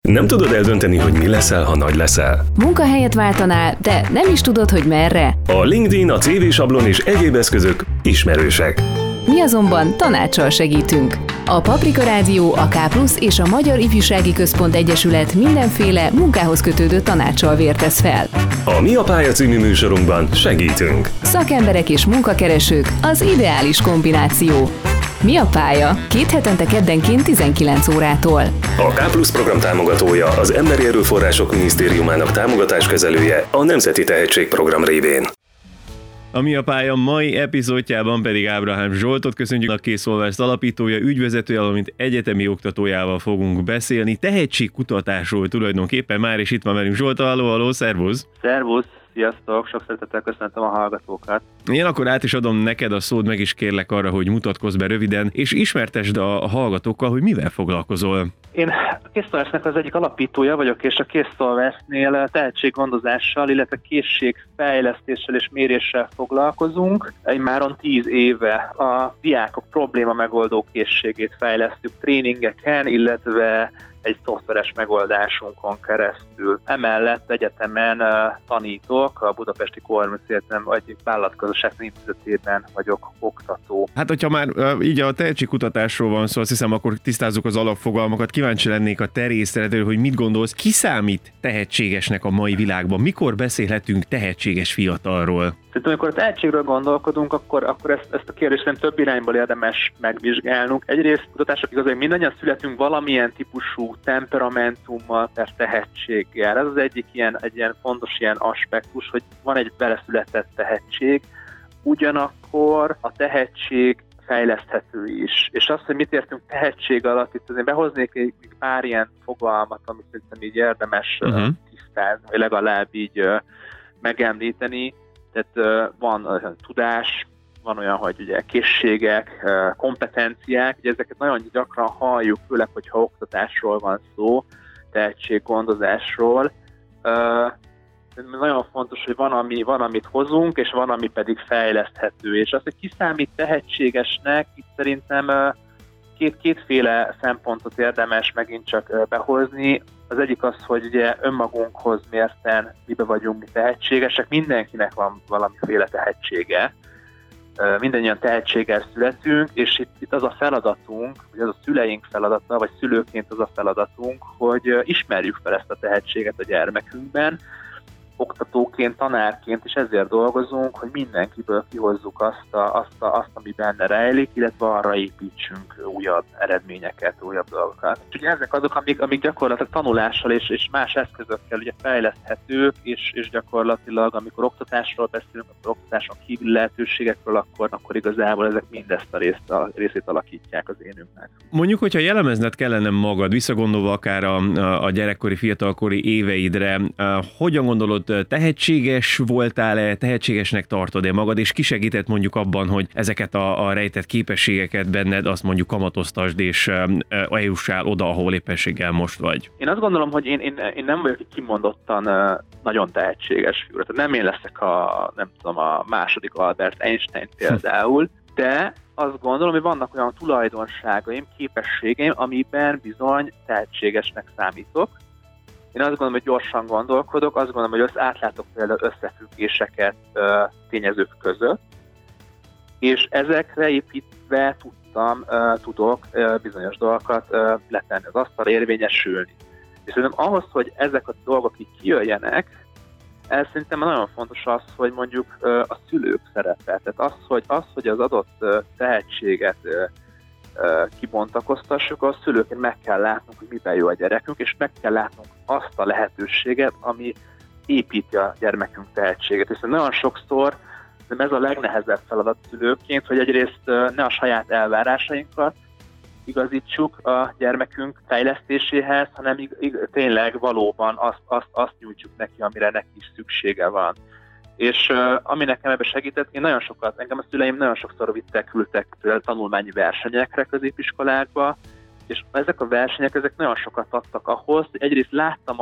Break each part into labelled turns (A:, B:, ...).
A: Nem tudod eldönteni, hogy mi leszel, ha nagy leszel?
B: Munkahelyet váltanál, de nem is tudod, hogy merre?
A: A LinkedIn, a CV-sablon és egyéb eszközök ismerősek.
B: Mi azonban tanácssal segítünk. A Paprika Rádió, a K+ és a Magyar Ifjúsági Központ Egyesület mindenféle munkához kötődő tanácssal vértesz fel.
A: A Mi a pálya című műsorunkban segítünk.
B: Szakemberek és munkakeresők az ideális kombináció. Mi a pálya? 2 hetente keddenként 19 órától.
A: A K+ program támogatója, az Emberi Erőforrások Minisztériumának támogatáskezelője a Nemzeti Tehetségprogram révén.
C: A Mi a pálya mai epizódjában pedig Ábrahám Zsoltot köszönjük, a Készolvászt alapítója, ügyvezetője, valamint egyetemi oktatójával fogunk beszélni. Tehetségkutatásról tulajdonképpen már, és itt van velünk Zsolt. Halló, szervusz!
D: Szervusz! Sziasztok! Sok szeretettel köszöntöm a hallgatókat!
C: Én akkor át is adom neked a szót, meg is kérlek arra, hogy mutatkozz be röviden, és ismertesd a hallgatókkal, hogy mivel foglalkozol.
D: Én a Készszolvásnak az egyik alapítója vagyok, és a Készszolvásnél tehetséggondozással, illetve készségfejlesztéssel és méréssel foglalkozunk. Immáron 10 éve a diákok probléma megoldó készségét fejlesztjük tréningeken, illetve egy szoftveres megoldásunkon keresztül. Emellett egyetemen tanítok, a Budapesti Korvinus Egyetem egyik vállalatgazdasági intézetében vagyok oktató.
C: Hát, hogyha már így a tehetségkutatásról van szó, azt hiszem, akkor tisztázzuk az alapfogalmakat. Kíváncsi lennék a te részletről, hogy mit gondolsz, ki számít tehetségesnek a mai világban? Mikor beszélhetünk tehetséges fiatalról?
D: Szerintem, amikor a tehetségről gondolkodunk, akkor ezt a kérdést több irányból érdemes megvizsgálnunk. Egyrészt kutatások igaz, hogy mindannyian születünk valamilyen típusú temperamentummal, per tehetséggel. Ez az egyik egy ilyen fontos ilyen aspektus, hogy van egy beleszületett tehetség, ugyanakkor a tehetség fejleszthető is. És azt, hogy mit értünk tehetség alatt, itt azért behoznék egy pár ilyen fogalmat, amit szerintem így érdemes tisztázni, vagy legalább így megemlíteni. Tehát van tudás, van olyan, hogy ugye készségek, kompetenciák, ugye ezeket nagyon gyakran halljuk, főleg, hogyha oktatásról van szó, tehetséggondozásról. Nagyon fontos, hogy van, amit hozunk, és van, ami pedig fejleszthető. És az, hogy ki számít tehetségesnek, itt szerintem kétféle szempontot érdemes megint csak behozni. Az egyik az, hogy ugye önmagunkhoz mérten mibe vagyunk mi tehetségesek, mindenkinek van valamiféle tehetsége, mindannyian tehetséggel születünk, és itt az a feladatunk, vagy az a szüleink feladata, vagy szülőként az a feladatunk, hogy ismerjük fel ezt a tehetséget a gyermekünkben, oktatóként, tanárként, és ezért dolgozunk, hogy mindenkiből kihozzuk azt, ami benne rejlik, illetve arra építsünk újabb eredményeket, újabb dolgokat. És ugye ezek azok, amik gyakorlatilag tanulással és más eszközökkel ugye fejleszthetők, és gyakorlatilag, amikor oktatásról beszélünk, akkor oktatáson kívül lehetőségekről, akkor igazából ezek mindezt a részét alakítják az énünknek.
C: Mondjuk, hogyha jellemezned kellene magad, visszagondolva akár a gyerekkori, fiatalkori éveidre, hogyan gondolod, tehetséges voltál-e, tehetségesnek tartod-e magad, és ki segített mondjuk abban, hogy ezeket a rejtett képességeket benned azt mondjuk kamatoztasd, és eljussál oda, ahol éppenséggel most vagy?
D: Én azt gondolom, hogy én nem vagyok kimondottan nagyon tehetséges figura. Nem én leszek a második Albert Einstein például, de azt gondolom, hogy vannak olyan tulajdonságaim, képességeim, amiben bizony tehetségesnek számítok. Én azt gondolom, hogy gyorsan gondolkodok, azt gondolom, hogy átlátok például összefüggéseket tényezők között, és ezekre építve tudok bizonyos dolgokat letenni az asztalra, érvényesülni. És szerintem ahhoz, hogy ezek a dolgok így kijöjjenek, ez szerintem nagyon fontos az, hogy mondjuk a szülők szerepe. Tehát az, hogy az adott tehetséget kibontakoztassuk, a szülőként meg kell látnunk, hogy miben jó a gyerekünk, és meg kell látnunk azt a lehetőséget, ami építi a gyermekünk tehetséget. És nagyon sokszor ez a legnehezebb feladat szülőként, hogy egyrészt ne a saját elvárásainkat igazítsuk a gyermekünk fejlesztéséhez, hanem tényleg valóban azt nyújtsuk neki, amire neki is szüksége van. És ami nekem ebbe segített, engem a szüleim nagyon sokszor küldtek tanulmányi versenyekre középiskolákba, és ezek a versenyek nagyon sokat adtak ahhoz, hogy egyrészt láttam azt,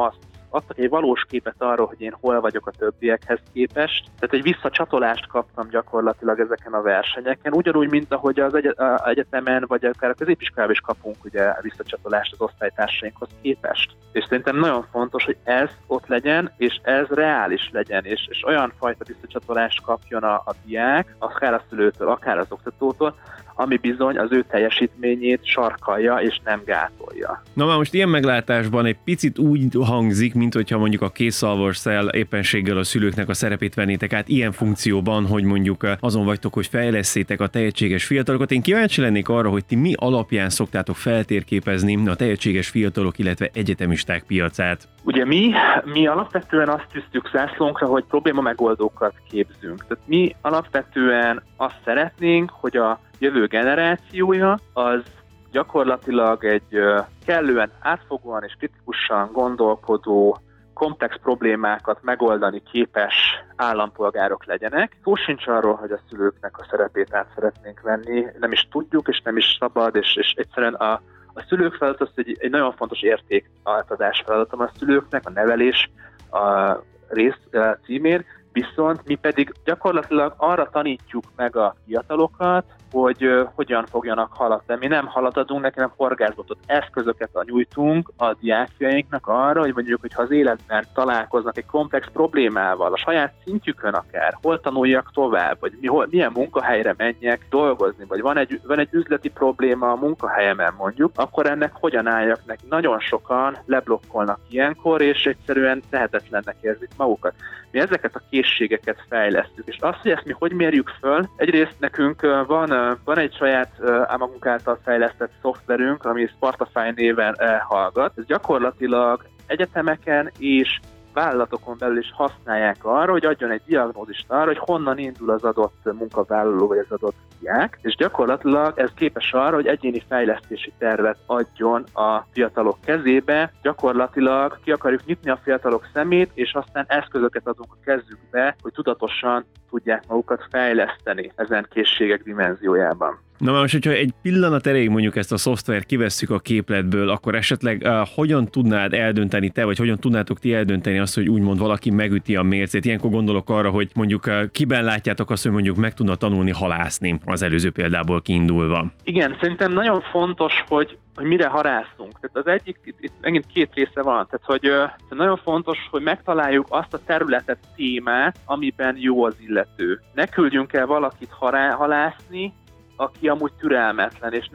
D: adtak egy valós képet arról, hogy én hol vagyok a többiekhez képest. Tehát egy visszacsatolást kaptam gyakorlatilag ezeken a versenyeken, ugyanúgy, mint ahogy az egyetemen, vagy akár a középiskolában is kapunk ugye visszacsatolást az osztálytársainkhoz képest. És szerintem nagyon fontos, hogy ez ott legyen, és ez reális legyen, és olyan fajta visszacsatolást kapjon a diák, akár a szülőtől, akár az oktatótól, ami bizony az ő teljesítményét sarkalja és nem gátolja.
C: Na már most ilyen meglátásban egy picit úgy hangzik, mint hogyha mondjuk a készszalvasszel éppenséggel a szülőknek a szerepét vennétek át ilyen funkcióban, hogy mondjuk azon vagytok, hogy fejlesszétek a tehetséges fiatalokat. Én kíváncsi lennék arra, hogy ti mi alapján szoktátok feltérképezni a tehetséges fiatalok, illetve egyetemisták piacát.
D: Ugye mi alapvetően azt tűztük zászlónkra, hogy probléma megoldókat képzünk. Tehát mi alapvetően azt szeretnénk, hogy a jövő generációja az gyakorlatilag egy kellően átfogóan és kritikusan gondolkodó, komplex problémákat megoldani képes állampolgárok legyenek. Szó sincs arról, hogy a szülőknek a szerepét át szeretnénk venni, nem is tudjuk, és nem is szabad, és egyszerűen a szülők feladat az egy nagyon fontos értékátadás feladatom a szülőknek, a nevelés a rész címén, viszont mi pedig gyakorlatilag arra tanítjuk meg a fiatalokat, hogy hogyan fogjanak haladni. Mi nem halat adunk neki, hanem horgászbotot, eszközöket nyújtunk a diákjainknak arra, hogy mondjuk, hogy ha az életben találkoznak egy komplex problémával, a saját szintjükön akár, hol tanuljak tovább, vagy milyen munkahelyre menjek dolgozni, vagy van egy üzleti probléma a munkahelyemen mondjuk, akkor ennek hogyan álljak neki. Nagyon sokan leblokkolnak ilyenkor, és egyszerűen tehetetlennek érzik magukat. Mi ezeket a készségeket fejlesztjük, és azt, hogy ezt mi hogy mérjük föl, egyrészt nekünk van egy saját magunk által fejlesztett szoftverünk, ami Spartify néven hallgat. Ez gyakorlatilag egyetemeken és vállalatokon belül is használják arra, hogy adjon egy diagnózist arra, hogy honnan indul az adott munkavállaló vagy az adott diák, és gyakorlatilag ez képes arra, hogy egyéni fejlesztési tervet adjon a fiatalok kezébe, gyakorlatilag ki akarjuk nyitni a fiatalok szemét, és aztán eszközöket adunk a kezükbe, hogy tudatosan tudják magukat fejleszteni ezen készségek dimenziójában.
C: Na most, hogyha egy pillanat erejéig mondjuk ezt a szoftvert kivesszük a képletből, akkor esetleg hogyan tudnád eldönteni te, vagy hogyan tudnátok ti eldönteni azt, hogy úgymond valaki megüti a mércét? Ilyenkor gondolok arra, hogy mondjuk kiben látjátok azt, hogy mondjuk meg tudna tanulni halászni az előző példából kiindulva.
D: Igen, szerintem nagyon fontos, hogy mire harászunk. Tehát az egyik, itt megint két része van. Tehát, hogy nagyon fontos, hogy megtaláljuk azt a területet, témát, amiben jó az illető. Ne küldjünk el valakit halászni, aki amúgy türelmetlen, és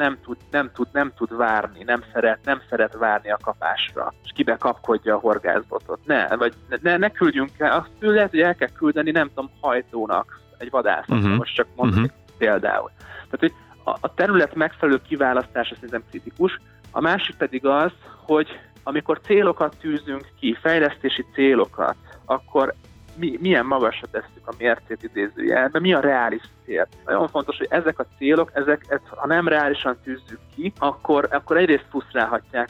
D: nem tud várni, nem szeret várni a kapásra, és kibe kapkodja a horgászbotot. Ne küldjünk el, azt lehet, hogy el kell küldeni, nem tudom, hajtónak, egy vadászatra, most csak mondjuk például. Tehát, hogy a terület megfelelő kiválasztása szerintem kritikus, a másik pedig az, hogy amikor célokat tűzünk ki, fejlesztési célokat, akkor milyen magasra tesszük a mércét idézőjelben, mi a reális cél. Nagyon fontos, hogy ezek a célok, ha nem reálisan tűzzük ki, akkor egyrészt frusztrálhatják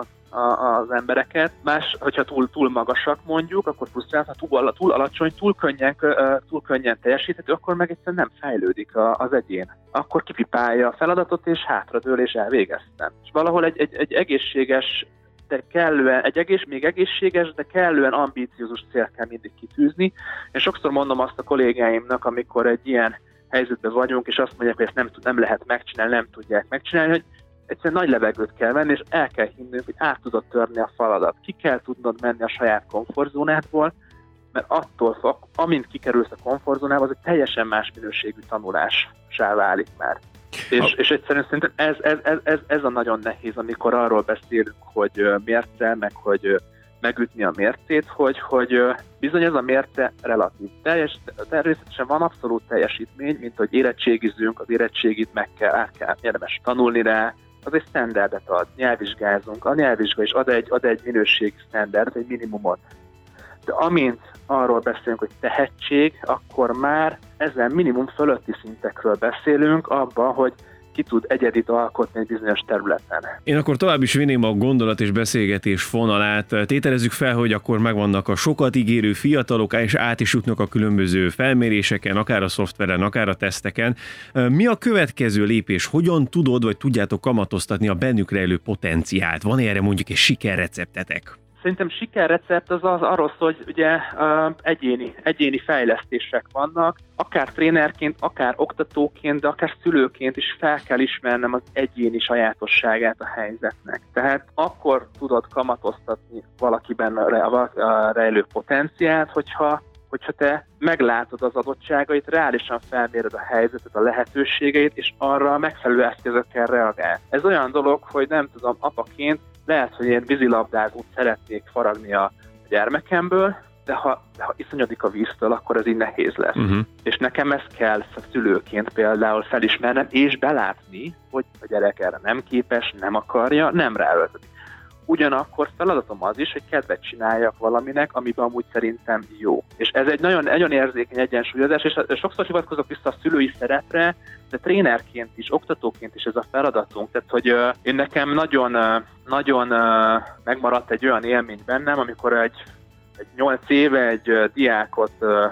D: az embereket, hogyha túl magasak mondjuk, akkor frusztrálhat, ha túl alacsony, túl könnyen teljesíthető, akkor meg egyszerűen nem fejlődik az egyén. Akkor kipipálja a feladatot, és hátradől, és elvégeztem. És valahol egy egészséges, még egészséges, de kellően ambíciózus cél kell mindig kitűzni. Én sokszor mondom azt a kollégáimnak, amikor egy ilyen helyzetben vagyunk, és azt mondják, hogy ezt nem lehet megcsinálni, nem tudják megcsinálni, hogy egyszerűen nagy levegőt kell venni, és el kell hinnünk, hogy át tudod törni a faladat. Ki kell tudnod menni a saját komfortzónádból, mert attól, amint kikerülsz a komfortzónába, az egy teljesen más minőségű tanulássá válik már. És egyszerűen szerintem ez a nagyon nehéz, amikor arról beszélünk, hogy mérce, meg hogy megütni a mércét, hogy bizony ez a mérce relatív. Természetesen van abszolút teljesítmény, mint hogy érettségizünk, az érettségit át kell érdemes tanulni rá, az egy standardet ad, nyelvvizsgázunk, a nyelvvizsga is ad egy minőségi standard, egy minimumot. De amint arról beszélünk, hogy tehetség, akkor már ezen minimum fölötti szintekről beszélünk abban, hogy ki tud egyedit alkotni egy bizonyos területen.
C: Én akkor tovább is vinném a gondolat és beszélgetés fonalát. Tételezzük fel, hogy akkor megvannak a sokat ígérő fiatalok, és át is jutnak a különböző felméréseken, akár a szoftveren, akár a teszteken. Mi a következő lépés? Hogyan tudod, vagy tudjátok kamatoztatni a bennük rejlő potenciált? Van erre mondjuk egy sikerreceptetek?
D: Szerintem sikerrecept az arról szól, hogy ugye egyéni fejlesztések vannak, akár trénerként, akár oktatóként, de akár szülőként is fel kell ismernem az egyéni sajátosságát a helyzetnek. Tehát akkor tudod kamatoztatni valakiben a rejlő potenciált, hogyha te meglátod az adottságait, reálisan felméred a helyzetet, a lehetőségeit, és arra a megfelelő eszközökkel reagál. Ez olyan dolog, hogy nem tudom, apaként lehet, hogy én vízilabdázót szeretnék faragni a gyermekemből, de ha iszonyodik a víztől, akkor ez így nehéz lesz. És nekem ezt kell szülőként például felismernem, és belátni, hogy a gyerek erre nem képes, nem akarja, nem ráöltödik. Ugyanakkor feladatom az is, hogy kedvet csináljak valaminek, amiben amúgy szerintem jó. És ez egy nagyon érzékeny egyensúlyozás, és sokszor hivatkozok vissza a szülői szerepre, de trénerként is, oktatóként is ez a feladatunk. Tehát, hogy én nekem nagyon megmaradt egy olyan élmény bennem, amikor egy 8 éve egy diákot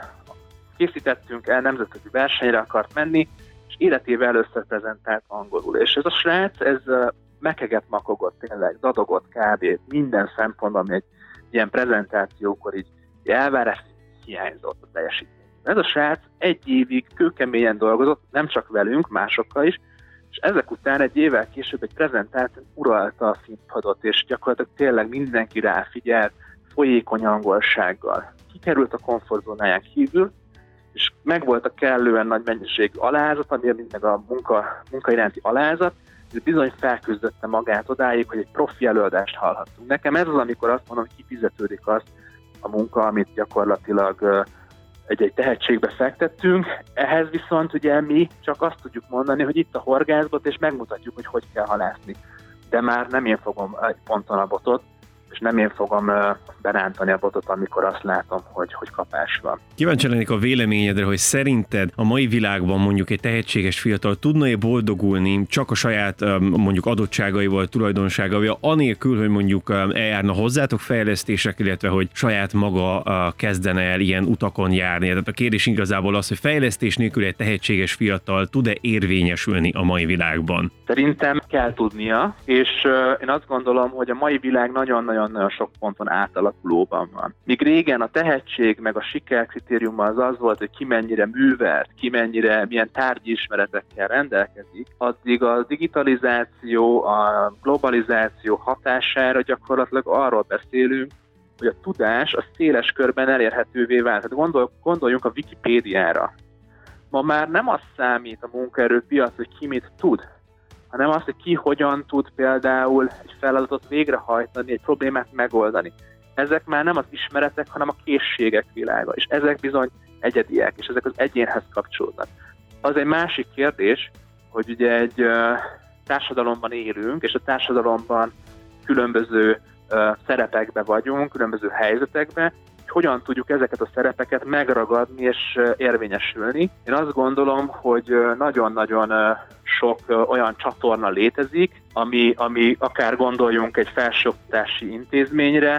D: készítettünk el, nemzetközi versenyre akart menni, és életével először prezentált angolul. És ez a srác, ez mekeget, makogott tényleg, dadogott kb. Minden szempontban, ami egy ilyen prezentációkor így elvárás hiányzott a teljesítmény. Ez a srác 1 évig kőkeményen dolgozott, nem csak velünk, másokkal is, és ezek után egy évvel később egy prezentáción uralta a színpadot, és gyakorlatilag tényleg mindenki ráfigyelt, folyékony angolsággal. Kikerült a komfortzónáján kívül, és megvolt a kellően nagy mennyiség alázat, ami meg a munka iránti alázat, és bizony felküzdötte magát odáig, hogy egy profi előadást hallhattunk. Nekem ez az, amikor azt mondom, hogy kifizetődik azt a munka, amit gyakorlatilag egy tehetségbe fektettünk. Ehhez viszont ugye mi csak azt tudjuk mondani, hogy itt a horgászbot, és megmutatjuk, hogy kell halászni. De már nem én fogom egy ponton a botot, és nem én fogom berántani a botot, amikor azt látom, hogy kapás van.
C: Kíváncsi lennék a véleményedre, hogy szerinted a mai világban mondjuk egy tehetséges fiatal tudna-e boldogulni csak a saját mondjuk adottságaival, tulajdonságaival, anélkül, hogy mondjuk eljárna hozzátok fejlesztések, illetve hogy saját maga kezdene el ilyen utakon járni. Tehát a kérdés igazából az, hogy fejlesztés nélkül egy tehetséges fiatal tud-e érvényesülni a mai világban? Szerintem
D: kell tudnia, és én azt gondolom, hogy a mai világ nagyon sok ponton átalakulóban van. Míg régen a tehetség meg a siker kritériuma az volt, hogy ki mennyire művelt, ki milyen tárgyi ismeretekkel rendelkezik, addig a digitalizáció, a globalizáció hatására gyakorlatilag arról beszélünk, hogy a tudás a széles körben elérhetővé vált. Tehát gondoljunk a Wikipédiára. Ma már nem az számít a munkaerőpiac, hogy ki mit tud, hanem azt, hogy ki hogyan tud például egy feladatot végrehajtani, egy problémát megoldani. Ezek már nem az ismeretek, hanem a készségek világa, és ezek bizony egyediek, és ezek az egyénhez kapcsolódnak. Az egy másik kérdés, hogy ugye egy társadalomban élünk, és a társadalomban különböző szerepekbe vagyunk, különböző helyzetekbe, hogy hogyan tudjuk ezeket a szerepeket megragadni és érvényesülni. Én azt gondolom, hogy nagyon-nagyon sok olyan csatorna létezik, ami akár gondoljunk egy felsőoktatási intézményre,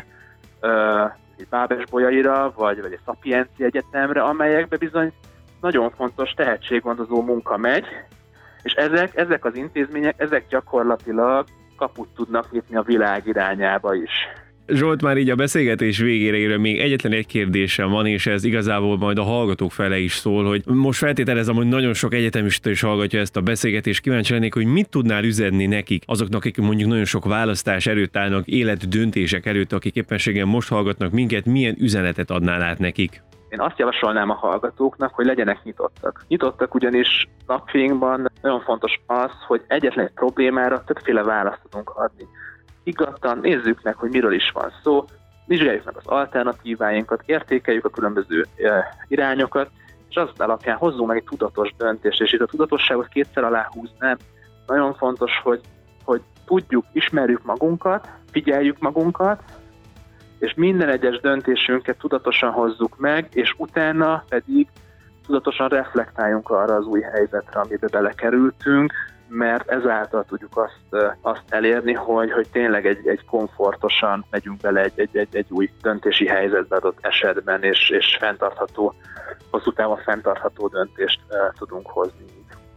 D: egy Bábes-Bolyaira, vagy egy Szapienci Egyetemre, amelyekbe bizony nagyon fontos tehetséggondozó munka megy, és ezek az intézmények, ezek gyakorlatilag kaput tudnak nyitni a világ irányába is.
C: Zsolt, már így a beszélgetés végére érve még egyetlen egy kérdésem van, és ez igazából majd a hallgatók fele is szól, hogy most feltételezem, hogy nagyon sok egyetemista is hallgatja ezt a beszélgetést, kíváncsi lennék, hogy mit tudnál üzenni nekik, azoknak, akik mondjuk nagyon sok választás előtt állnak, életdöntések előtt, akik éppenséggel most hallgatnak minket, milyen üzenetet adnál át nekik?
D: Én azt javasolnám a hallgatóknak, hogy legyenek nyitottak. Nyitottak, ugyanis napjainkban nagyon fontos az, hogy egyetlen egy problémára többféle választ tudunk adni. Higgadtan nézzük meg, hogy miről is van szó, vizsgáljuk meg az alternatíváinkat, értékeljük a különböző irányokat, és az alapján hozzunk meg egy tudatos döntést, és itt a tudatosságot kétszer aláhúznám. Nagyon fontos, hogy tudjuk, ismerjük magunkat, figyeljük magunkat, és minden egyes döntésünket tudatosan hozzuk meg, és utána pedig tudatosan reflektáljunk arra az új helyzetre, amiben belekerültünk, mert ezáltal tudjuk azt elérni, hogy tényleg egy komfortosan megyünk bele egy új döntési helyzetbe adott esetben, és hosszú távon fenntartható döntést tudunk hozni.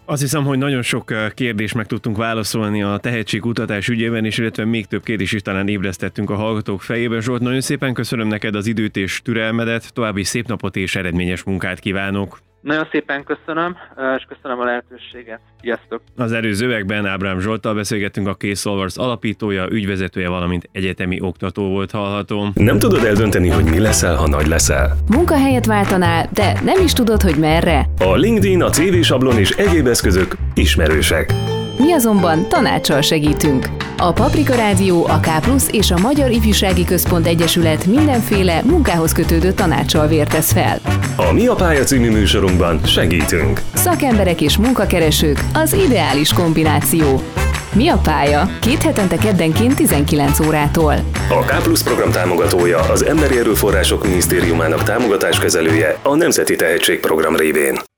C: Azt hiszem, hogy nagyon sok kérdést meg tudtunk válaszolni a tehetségkutatás ügyében, és illetve még több kérdést is talán ébresztettünk a hallgatók fejében. Zsolt, nagyon szépen köszönöm neked az időt és türelmedet, további szép napot és eredményes munkát kívánok.
D: Nagyon szépen köszönöm, és köszönöm a lehetőséget. Sziasztok!
C: Az előző övekben Ábrám Zsolttal beszélgettünk, a K-Solvers alapítója, ügyvezetője, valamint egyetemi oktató volt hallható.
A: Nem tudod eldönteni, hogy mi leszel, ha nagy leszel?
B: Munkahelyet váltanál, de nem is tudod, hogy merre?
A: A LinkedIn, a CV-sablon és egyéb eszközök ismerősek.
B: Mi azonban tanácssal segítünk. A Paprika Rádió, a K+ és a Magyar Ifjúsági Központ Egyesület mindenféle munkához kötődő tanácssal vértesz fel.
A: A Mi a pálya című műsorunkban segítünk.
B: Szakemberek és munkakeresők az ideális kombináció. Mi a pálya? 2 hetente keddenként 19 órától.
A: A K+ program támogatója, az Emberi Erőforrások Minisztériumának támogatáskezelője, a Nemzeti Tehetségprogram révén.